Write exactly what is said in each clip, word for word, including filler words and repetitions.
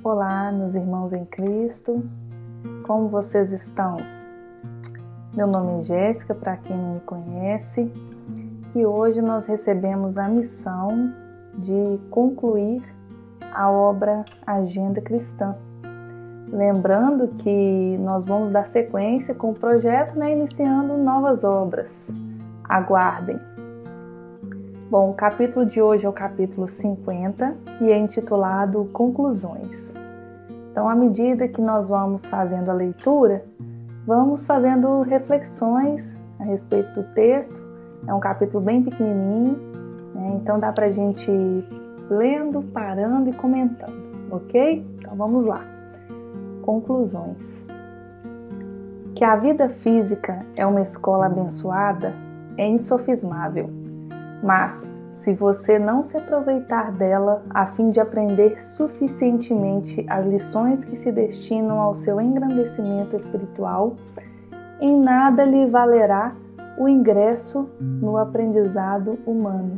Olá, meus irmãos em Cristo, como vocês estão? Meu nome é Jéssica, para quem não me conhece, e hoje nós recebemos a missão de concluir a obra Agenda Cristã. Lembrando que nós vamos dar sequência com o projeto, né, iniciando novas obras. Aguardem! Bom, o capítulo de hoje é o capítulo cinquenta e é intitulado Conclusões. Então, à medida que nós vamos fazendo a leitura, vamos fazendo reflexões a respeito do texto. É um capítulo bem pequenininho, né? Então dá para a gente ir lendo, parando e comentando, ok? Então vamos lá. Conclusões. Que a vida física é uma escola abençoada é insofismável. Mas, se você não se aproveitar dela a fim de aprender suficientemente as lições que se destinam ao seu engrandecimento espiritual, em nada lhe valerá o ingresso no aprendizado humano.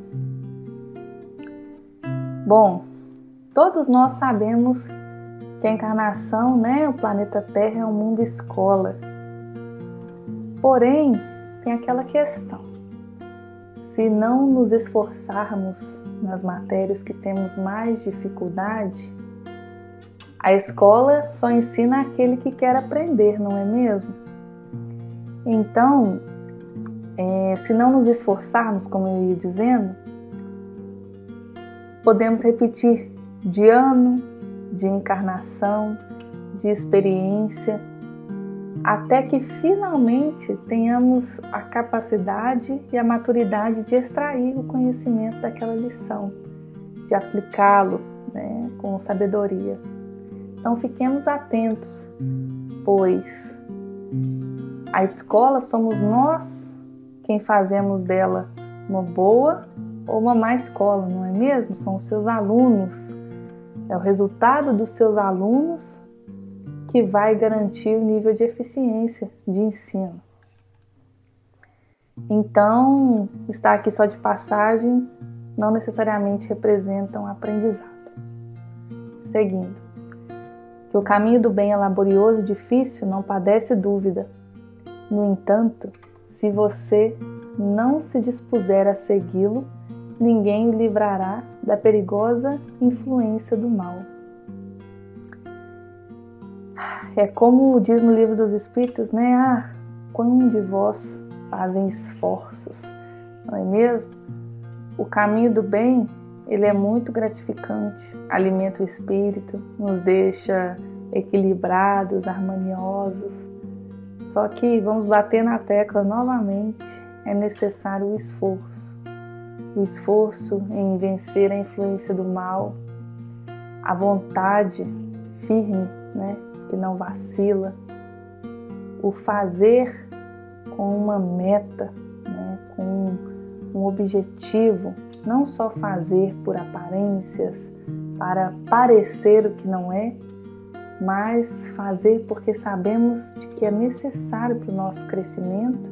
Bom, todos nós sabemos que a encarnação, né, o planeta Terra é um mundo escola. Porém, tem aquela questão. Se não nos esforçarmos nas matérias que temos mais dificuldade, a escola só ensina aquele que quer aprender, não é mesmo? Então, é, se não nos esforçarmos, como eu ia dizendo, podemos repetir de ano, de encarnação, de experiência, até que finalmente tenhamos a capacidade e a maturidade de extrair o conhecimento daquela lição, de aplicá-lo, né, com sabedoria. Então fiquemos atentos, pois a escola somos nós quem fazemos dela uma boa ou uma má escola, não é mesmo? São os seus alunos, é o resultado dos seus alunos que vai garantir o nível de eficiência de ensino. Então, estar aqui só de passagem não necessariamente representa um aprendizado. Seguindo. Que o caminho do bem é laborioso e difícil, não padece dúvida. No entanto, se você não se dispuser a segui-lo, ninguém o livrará da perigosa influência do mal. É como diz no Livro dos Espíritos, né? Ah, quão de vós fazem esforços, não é mesmo? O caminho do bem, ele é muito gratificante, alimenta o espírito, nos deixa equilibrados, harmoniosos. Só que vamos bater na tecla novamente, é necessário o esforço. O esforço em vencer a influência do mal, a vontade firme, né? Que não vacila, o fazer com uma meta, né, com um objetivo, não só fazer por aparências, para parecer o que não é, mas fazer porque sabemos de que é necessário para o nosso crescimento.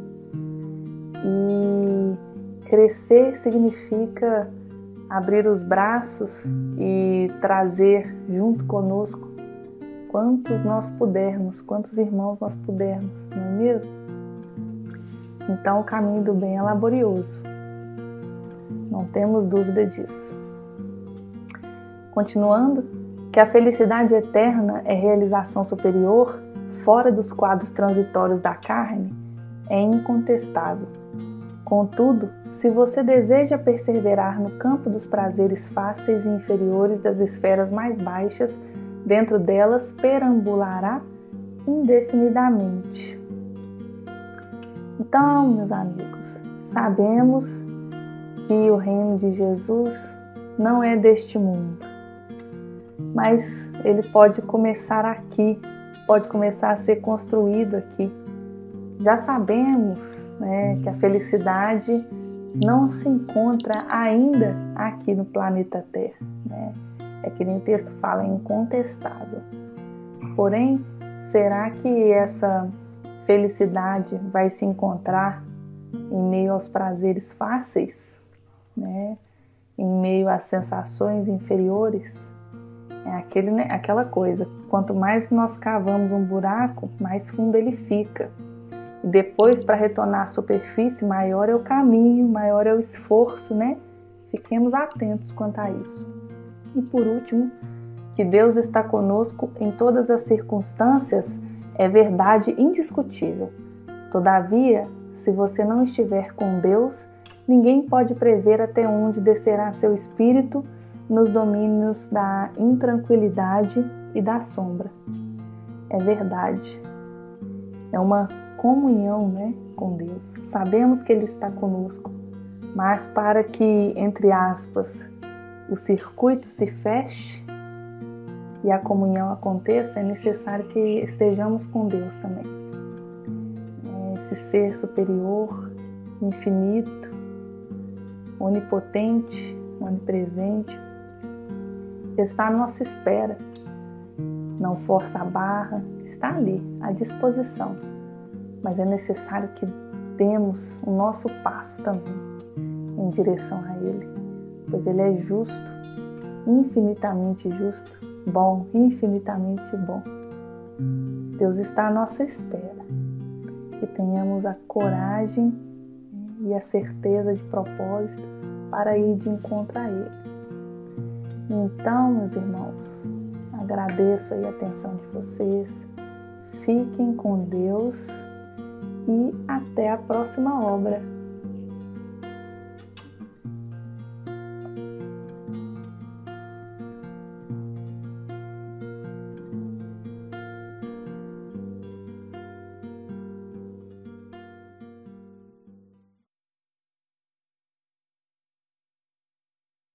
E crescer significa abrir os braços e trazer junto conosco quantos nós pudermos, quantos irmãos nós pudermos, não é mesmo? Então o caminho do bem é laborioso, não temos dúvida disso. Continuando, que a felicidade eterna é realização superior, fora dos quadros transitórios da carne, é incontestável. Contudo, se você deseja perseverar no campo dos prazeres fáceis e inferiores das esferas mais baixas, dentro delas perambulará indefinidamente. Então, meus amigos, sabemos que o reino de Jesus não é deste mundo, mas ele pode começar aqui, pode começar a ser construído aqui. Já sabemos, né, que a felicidade não se encontra ainda aqui no planeta Terra, né? É que nem o texto fala, é incontestável. Porém, será que essa felicidade vai se encontrar em meio aos prazeres fáceis, né? Em meio às sensações inferiores? É aquele, né, aquela coisa, quanto mais nós cavamos um buraco, mais fundo ele fica. E depois, para retornar à superfície, maior é o caminho, maior é o esforço, né? Fiquemos atentos quanto a isso. E por último, que Deus está conosco em todas as circunstâncias é verdade indiscutível. Todavia, se você não estiver com Deus, ninguém pode prever até onde descerá seu espírito nos domínios da intranquilidade e da sombra. É verdade. É uma comunhão, né, com Deus. Sabemos que Ele está conosco, mas para que, entre aspas, o circuito se feche e a comunhão aconteça, é necessário que estejamos com Deus também. Esse ser superior, infinito, onipotente, onipresente, está à nossa espera. Não força a barra, está ali, à disposição. Mas é necessário que demos o nosso passo também em direção a Ele, pois Ele é justo, infinitamente justo, bom, infinitamente bom. Deus está à nossa espera. Que tenhamos a coragem e a certeza de propósito para ir de encontro a Ele. Então, meus irmãos, agradeço aí a atenção de vocês. Fiquem com Deus e até a próxima obra.